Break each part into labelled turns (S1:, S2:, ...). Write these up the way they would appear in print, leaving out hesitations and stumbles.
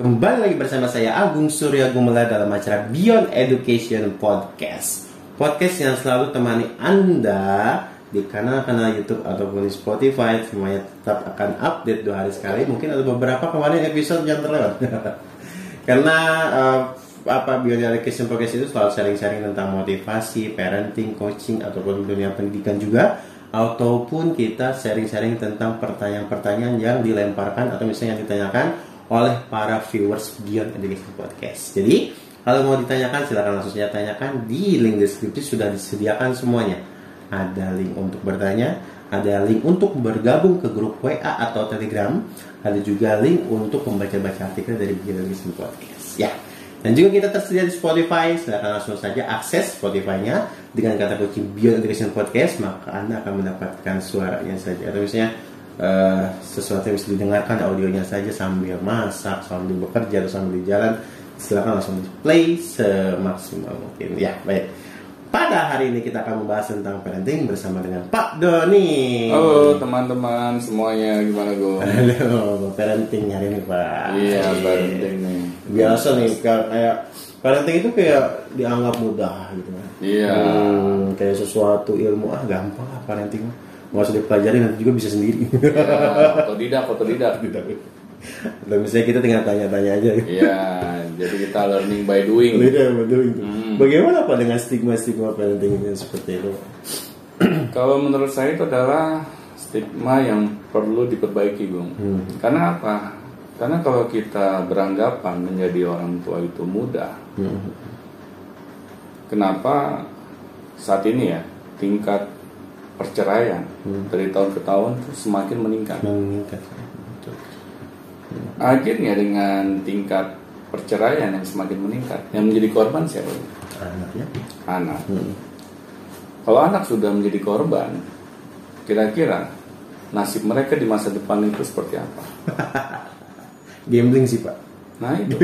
S1: kembali lagi bersama saya Agung Surya Gumela dalam acara Beyond Education Podcast. Podcast yang selalu temani Anda di kanal-kanal YouTube ataupun di Spotify. Semuanya tetap akan update 2 hari sekali. Mungkin ada beberapa kemarin episode yang terlewat. Karena Beyond Education Podcast itu selalu sharing-sharing tentang motivasi, parenting, coaching ataupun dunia pendidikan juga. Ataupun kita sharing-sharing tentang pertanyaan-pertanyaan yang dilemparkan atau misalnya yang ditanyakan oleh para viewers Beyond Education Podcast. Jadi kalau mau ditanyakan silakan langsung saja tanyakan, di link deskripsi sudah disediakan semuanya. Ada link untuk bertanya, ada link untuk bergabung ke grup WA atau Telegram, ada juga link untuk membaca-baca artikel dari Beyond Education Podcast. Ya. Dan juga kita tersedia di Spotify, silakan langsung saja akses Spotify-nya dengan kata kunci Beyond Education Podcast, maka Anda akan mendapatkan suaranya saja. Atau misalnya sesuatu yang bisa didengarkan audionya saja sambil masak, sambil bekerja, atau sambil di jalan, silakan langsung di play semaksimal mungkin. Ya, baik. Pada hari ini kita akan membahas tentang parenting bersama dengan Pak Doni.
S2: Halo teman-teman semuanya, gimana Gung?
S1: Halo, parenting hari ini Pak.
S2: Iya, parenting nih.
S1: Biasa nih, kayak parenting itu kayak dianggap mudah gitu kan.
S2: Iya.
S1: Kayak sesuatu ilmu, gampang lah parenting. Nggak usah dipelajari, nanti juga bisa sendiri.
S2: Ya, otodidak.
S1: Dan misalnya kita tinggal tanya-tanya aja.
S2: Iya, jadi kita learning by doing.
S1: Bagaimana Pak dengan stigma-stigma parenting yang seperti itu?
S2: Kalau menurut saya itu adalah stigma yang perlu diperbaiki, Gung. Karena apa? Karena kalau kita beranggapan menjadi orang tua itu mudah, kenapa saat ini ya tingkat perceraian dari tahun ke tahun semakin meningkat? Akhirnya dengan tingkat perceraian yang semakin meningkat, yang menjadi korban siapa?
S1: Anaknya.
S2: Anak. Kalau anak sudah menjadi korban, kira-kira nasib mereka di masa depan itu seperti apa?
S1: Gambling sih Pak.
S2: Nah itu.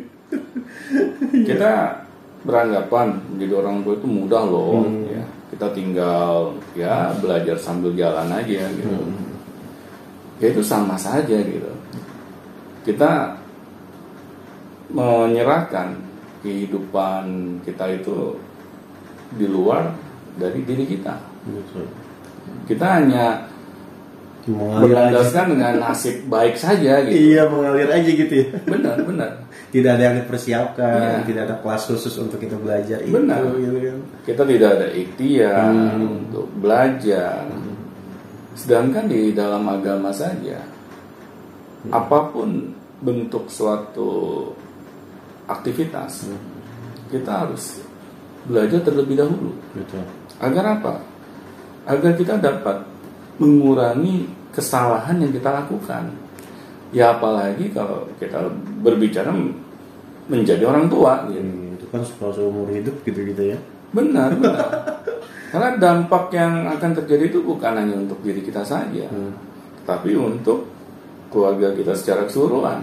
S2: Kita beranggapan menjadi orang tua itu mudah loh. Ya. Kita tinggal ya belajar sambil jalan aja gitu. Ya itu sama saja gitu. Kita menyerahkan kehidupan kita itu di luar dari diri kita. Kita hanya berlandaskan dengan nasib baik saja gitu.
S1: Iya, mengalir aja gitu ya.
S2: Benar.
S1: Tidak ada yang dipersiapkan, tidak ada kelas khusus untuk kita belajar.
S2: Benar.
S1: Gitu kan.
S2: Kita tidak ada ikhtiar untuk belajar. Sedangkan di dalam agama saja, apapun bentuk suatu aktivitas, kita harus belajar terlebih dahulu.
S1: Betul.
S2: Agar apa? Agar kita dapat mengurangi kesalahan yang kita lakukan. Ya apalagi kalau kita berbicara menjadi orang tua gitu.
S1: Itu kan seumur hidup gitu ya.
S2: Benar. Karena dampak yang akan terjadi itu bukan hanya untuk diri kita saja, tapi untuk keluarga kita secara keseluruhan.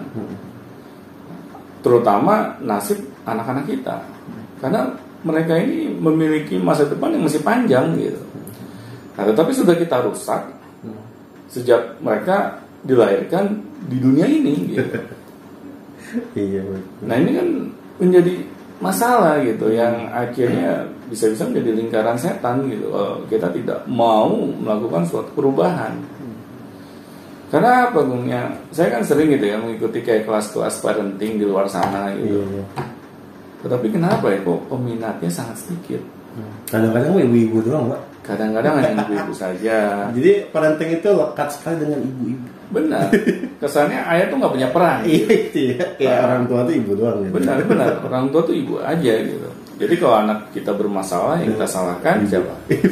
S2: Terutama nasib anak-anak kita. Karena mereka ini memiliki masa depan yang masih panjang gitu. Nah, tetapi sudah kita rusak sejak mereka dilahirkan di dunia ini gitu.
S1: Iya.
S2: Nah ini kan menjadi masalah gitu, yang akhirnya bisa-bisa menjadi lingkaran setan gitu. Kita tidak mau melakukan suatu perubahan. Karena apa Gung? Saya kan sering gitu ya mengikuti kayak kelas-kelas parenting di luar sana gitu.
S1: Iya.
S2: Tetapi kenapa ya kok peminatnya sangat sedikit?
S1: Kadang-kadang ibu-ibu doang Pak.
S2: Kadang-kadang hanya ibu-ibu saja.
S1: Jadi parenting itu lekat sekali dengan ibu-ibu.
S2: Benar. Kesannya ayah tuh nggak punya peran.
S1: Iya itu ya. Kayak orang tua tuh ibu doang. Gitu.
S2: Benar. Orang tua tuh ibu aja gitu. Jadi kalau anak kita bermasalah yang kita salahkan siapa?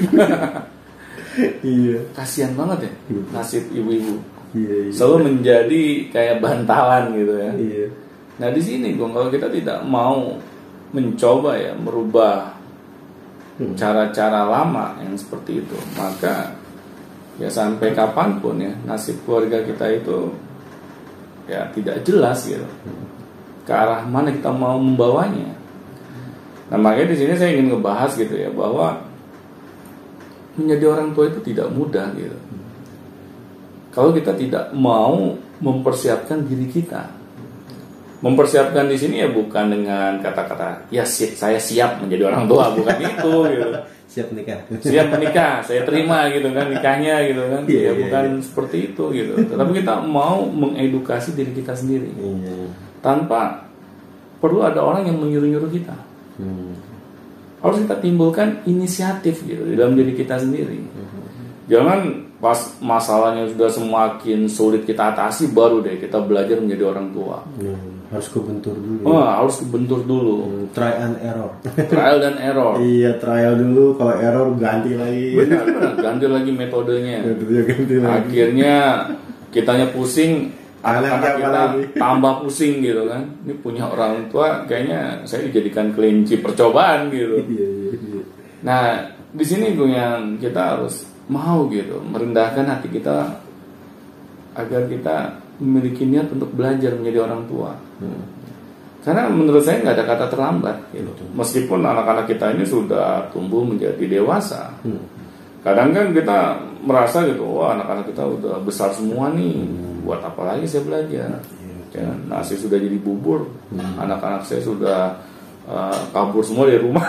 S1: Iya.
S2: Kasian banget ya nasib ibu-ibu.
S1: Iya.
S2: Selalu menjadi kayak bantalan gitu ya.
S1: Iya.
S2: Nah di sini Gung, kalau kita tidak mau mencoba ya merubah cara-cara lama yang seperti itu, maka ya sampai kapanpun ya nasib keluarga kita itu ya tidak jelas gitu, ke arah mana kita mau membawanya. Nah makanya di sini saya ingin ngebahas gitu ya, bahwa menjadi orang tua itu tidak mudah gitu. Kalau kita tidak mau mempersiapkan diri kita, mempersiapkan di sini ya bukan dengan kata-kata ya saya siap menjadi orang tua, bukan itu gitu.
S1: Siap menikah.
S2: Siap menikah, saya terima gitu kan nikahnya gitu kan.
S1: Iya,
S2: Ya bukan seperti itu gitu. Tetapi kita mau mengedukasi diri kita sendiri. Tanpa perlu ada orang yang menyuruh-nyuruh kita. Harus kita timbulkan inisiatif gitu di dalam diri kita sendiri. Jangan pas masalahnya sudah semakin sulit kita atasi baru deh kita belajar menjadi orang tua.
S1: Harus kebentur dulu.
S2: Harus kebentur dulu.
S1: Try and error.
S2: Trial dan error.
S1: Iya, trial dulu, kalau error ganti lagi.
S2: Benar, ganti lagi metodenya.
S1: Ganti lagi.
S2: Akhirnya kitanya pusing, anak-anak kita
S1: lagi
S2: tambah pusing gitu kan. Ini punya orang tua kayaknya saya dijadikan kelinci percobaan gitu.
S1: Iya.
S2: Nah, di sini yang kita harus mau gitu merendahkan hati kita agar kita memiliki niat untuk belajar menjadi orang tua. Karena menurut saya nggak ada kata terlambat gitu. Meskipun anak-anak kita ini sudah tumbuh menjadi dewasa. Kadang kan kita merasa gitu, wah anak-anak kita udah besar semua nih, buat apa lagi saya belajar? Ya, nasi sudah jadi bubur, anak-anak saya sudah kabur semua dari rumah.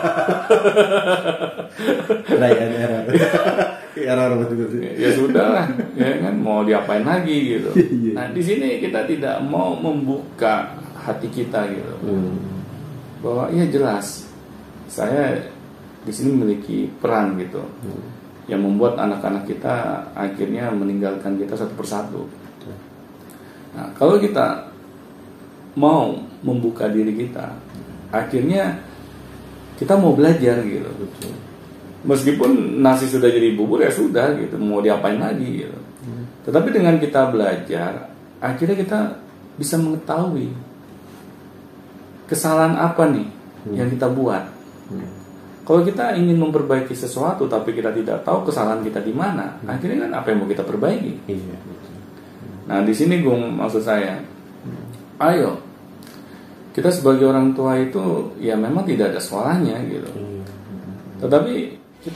S1: Try and error. Error betul-betul.
S2: Ya sudah lah, ya kan mau diapain lagi gitu. Nah di sini kita tidak mau membuka hati kita gitu, bahwa ya jelas saya di sini memiliki peran gitu, yang membuat anak-anak kita akhirnya meninggalkan kita satu persatu. Nah kalau kita mau membuka diri kita, akhirnya kita mau belajar gitu. Meskipun nasi sudah jadi bubur ya sudah gitu, mau diapain lagi gitu. Tetapi dengan kita belajar, akhirnya kita bisa mengetahui kesalahan apa nih yang kita buat. Kalau kita ingin memperbaiki sesuatu tapi kita tidak tahu kesalahan kita di mana, akhirnya kan apa yang mau kita perbaiki? Nah di sini maksud saya, ayo kita sebagai orang tua itu ya memang tidak ada salahnya gitu. Tetapi kita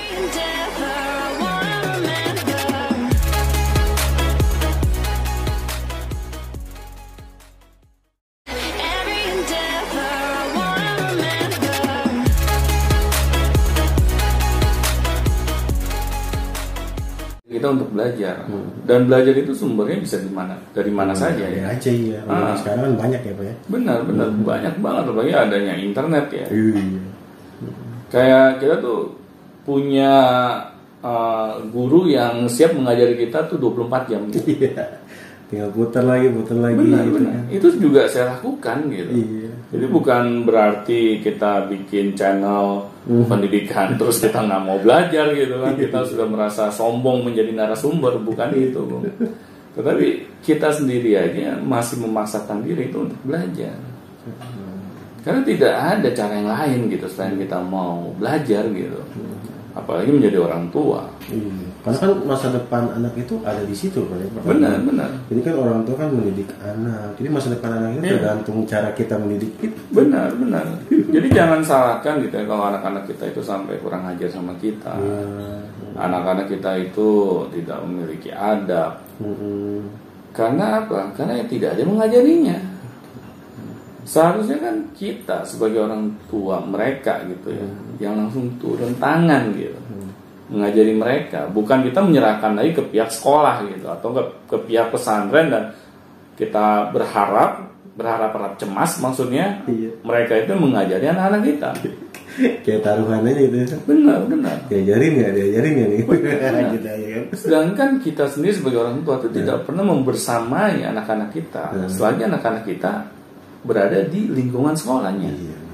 S2: untuk belajar dan belajar itu sumbernya bisa dari mana saja ya.
S1: Aja ya. Sekarang kan banyak ya Pak ya.
S2: Benar banyak banget apalagi adanya internet ya. Kayak kita tuh punya guru yang siap mengajari kita tuh 24 jam gitu.
S1: Tinggal putar lagi.
S2: Benar. Itu juga saya lakukan gitu. Jadi bukan berarti kita bikin channel pendidikan terus kita nggak mau belajar gitu kan. Kita sudah merasa sombong menjadi narasumber, bukan itu. Tetapi kita sendiri aja masih memaksakan diri itu untuk belajar. Karena tidak ada cara yang lain gitu selain kita mau belajar gitu. Apalagi menjadi orang tua.
S1: Karena kan masa depan anak itu ada di situ Pak.
S2: Benar.
S1: Ini kan orang tua kan mendidik anak. Jadi masa depan anak itu tergantung cara kita mendidik itu.
S2: Benar. Jadi jangan salahkan gitu ya kalau anak-anak kita itu sampai kurang ajar sama kita. Anak-anak kita itu tidak memiliki adab. Karena apa? Karena tidak ada yang mengajarinya. Seharusnya kan kita sebagai orang tua mereka gitu ya, yang langsung turun tangan gitu, mengajari mereka. Bukan kita menyerahkan lagi ke pihak sekolah gitu atau ke pihak pesantren dan kita berharap cemas maksudnya mereka itu mengajari anak-anak kita.
S1: Kayak taruhannya gitu.
S2: Benar.
S1: Diajarin nggak nih? Gitu aja kan.
S2: Sedangkan kita sendiri sebagai orang tua itu tidak pernah membersamai anak-anak kita selagi anak-anak kita berada di lingkungan sekolahnya.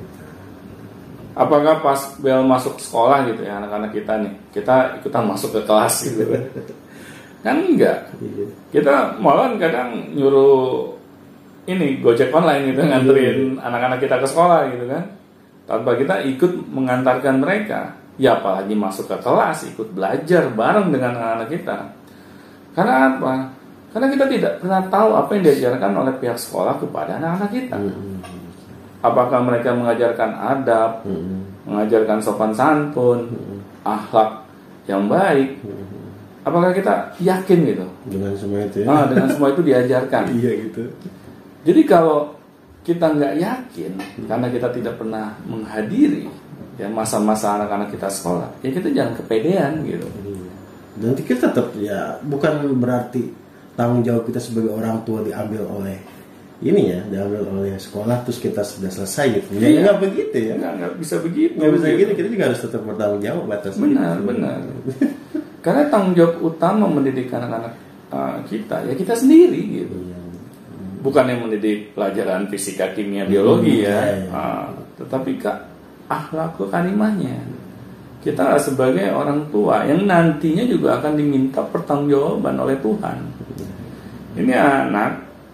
S2: Apakah pas bel masuk sekolah gitu ya anak-anak kita nih, kita ikutan masuk ke kelas gitu kan enggak. Kita malah kadang nyuruh ini Gojek online gitu nganterin anak-anak kita ke sekolah gitu kan, tanpa kita ikut mengantarkan mereka. Ya apalagi masuk ke kelas ikut belajar bareng dengan anak-anak kita. Karena apa? Karena kita tidak pernah tahu apa yang diajarkan oleh pihak sekolah kepada anak-anak kita. Apakah mereka mengajarkan adab, mengajarkan sopan santun, akhlak yang baik? Apakah kita yakin gitu?
S1: Dengan semua itu ya?
S2: Dengan semua itu diajarkan.
S1: Iya gitu.
S2: Jadi kalau kita nggak yakin karena kita tidak pernah menghadiri ya masa-masa anak-anak kita sekolah, ya kita jangan kepedean gitu.
S1: Nanti kita tetap ya bukan berarti tanggung jawab kita sebagai orang tua diambil oleh ini ya, diambil oleh sekolah terus kita sudah selesai gitu. Ya nggak begitu ya.
S2: Nggak bisa begitu.
S1: Nggak bisa gitu. Kita juga harus tetap bertanggung jawab atas.
S2: Benar. Karena tanggung jawab utama mendidik anak-anak kita ya kita sendiri gitu. Bukan yang mendidik pelajaran fisika, kimia, biologi ya. Tetapi akhlak kekarimahnya. Kita sebagai orang tua yang nantinya juga akan diminta pertanggungjawaban oleh Tuhan. Ini anak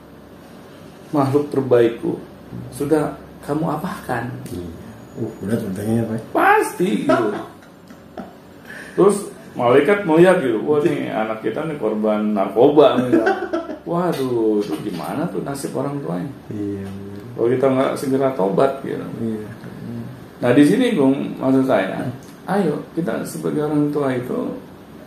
S2: makhluk terbaikku. Sudah kamu apakan?
S1: Berat bertanya Pak.
S2: Pasti gitu. Terus malaikat melihat gitu, wah nih anak kita nih korban narkoba. Waduh, itu gimana tuh nasib orang tuanya?
S1: Iya.
S2: Kalau kita nggak segera tobat gitu.
S1: Iya.
S2: Nah di sini Bung, maksud saya, ayo kita sebagai orang tua itu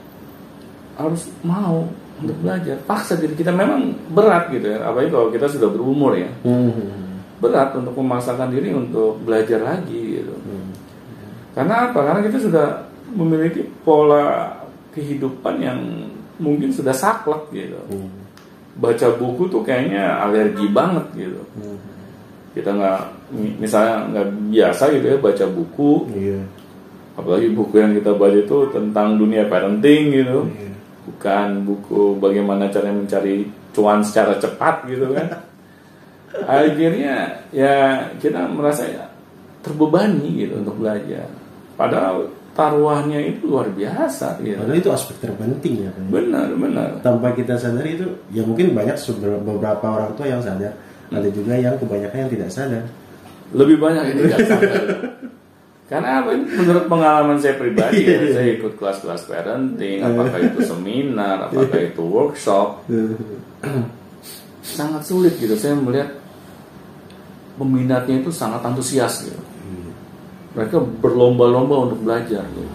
S2: harus mau untuk belajar. Paksa diri kita memang berat gitu ya, apalagi kalau kita sudah berumur ya. Berat untuk memaksakan diri untuk belajar lagi gitu. Karena apa? Karena kita sudah memiliki pola kehidupan yang mungkin sudah saklek gitu. Baca buku tuh kayaknya alergi banget gitu. Kita misalnya nggak biasa gitu ya baca buku. Apalagi buku yang kita baca itu tentang dunia parenting gitu. Bukan buku bagaimana cara mencari cuan secara cepat gitu kan. Akhirnya ya kita merasa ya terbebani gitu untuk belajar. Padahal taruhannya itu luar biasa gitu.
S1: Padahal itu aspek terpenting ya.
S2: Benar.
S1: Tanpa kita sadari itu, ya mungkin banyak beberapa orang tua yang sadar, ada juga yang kebanyakan yang tidak sadar.
S2: Lebih banyak yang tidak sadar. Karena apa? Menurut pengalaman saya pribadi ya, saya ikut kelas-kelas parenting, apakah itu seminar, apakah itu workshop, sangat sulit gitu. Saya melihat peminatnya itu sangat antusias gitu. Mereka berlomba-lomba untuk belajar gitu.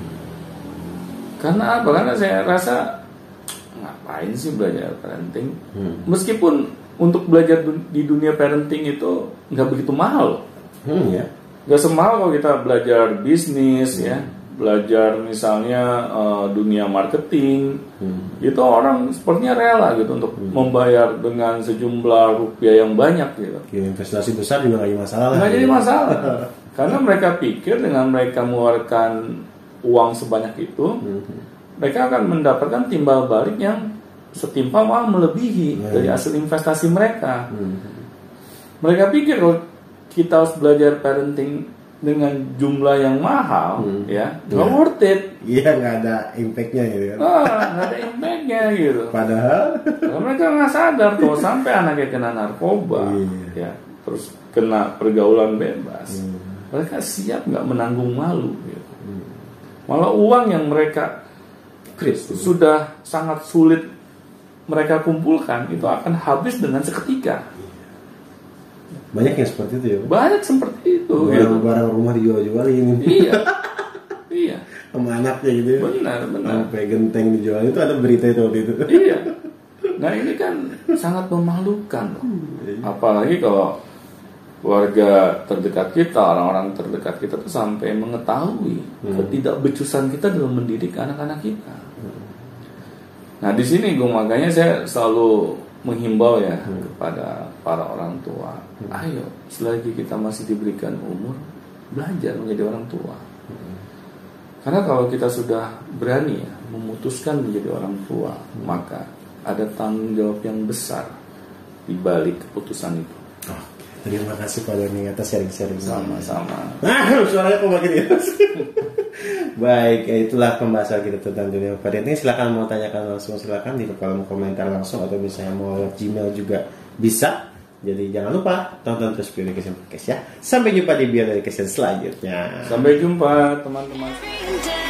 S2: Karena apa? Karena saya rasa ngapain sih belajar parenting? Meskipun untuk belajar di dunia parenting itu nggak begitu mahal.
S1: Ya.
S2: Nggak semahal kalau kita belajar bisnis ya, belajar misalnya dunia marketing. Itu orang sepertinya rela gitu untuk membayar dengan sejumlah rupiah yang banyak gitu.
S1: Ya, investasi besar juga nggak jadi masalah.
S2: Nggak jadi masalah. Karena mereka pikir dengan mereka mengeluarkan uang sebanyak itu, mereka akan mendapatkan timbal balik yang setimpal malah melebihi dari hasil investasi mereka. Mereka pikir kalau kita harus belajar parenting dengan jumlah yang mahal, ya nggak worth it.
S1: Iya, nggak ada impactnya gitu kan.
S2: Nggak ada impactnya gitu.
S1: Padahal
S2: mereka nggak sadar kalau sampai anaknya kena narkoba, ya terus kena pergaulan bebas. Mereka siap nggak menanggung malu gitu. Malah uang yang mereka sudah sangat sulit mereka kumpulkan itu akan habis dengan seketika.
S1: Banyak yang seperti itu ya.
S2: Banyak seperti itu.
S1: Barang rumah dijual-jualin.
S2: Iya.
S1: Sama anaknya gitu ya.
S2: Benar.
S1: Sampai genteng dijual, itu ada berita itu waktu itu.
S2: Iya. Nah ini kan sangat memalukan. Apalagi kalau keluarga terdekat kita, orang-orang terdekat kita tuh sampai mengetahui ketidakbecusan kita dalam mendidik anak-anak kita. Nah di sini makanya saya selalu menghimbau ya kepada para orang tua, ayo selagi kita masih diberikan umur, belajar menjadi orang tua. Karena kalau kita sudah berani ya memutuskan menjadi orang tua, maka ada tanggung jawab yang besar di balik keputusan itu.
S1: Terima kasih Pak Doni atas sharing-sharing.
S2: Sama-sama.
S1: Suaranya kok makin ya. Baik, itulah pembahasan kita tentang dunia parenting. Silakan mau tanyakan langsung, silakan di kolom komentar langsung, atau misalnya mau Gmail juga bisa. Jadi jangan lupa tonton terus Beyond Education Podcast ya. Sampai jumpa di Beyond Education selanjutnya.
S2: Sampai jumpa teman-teman.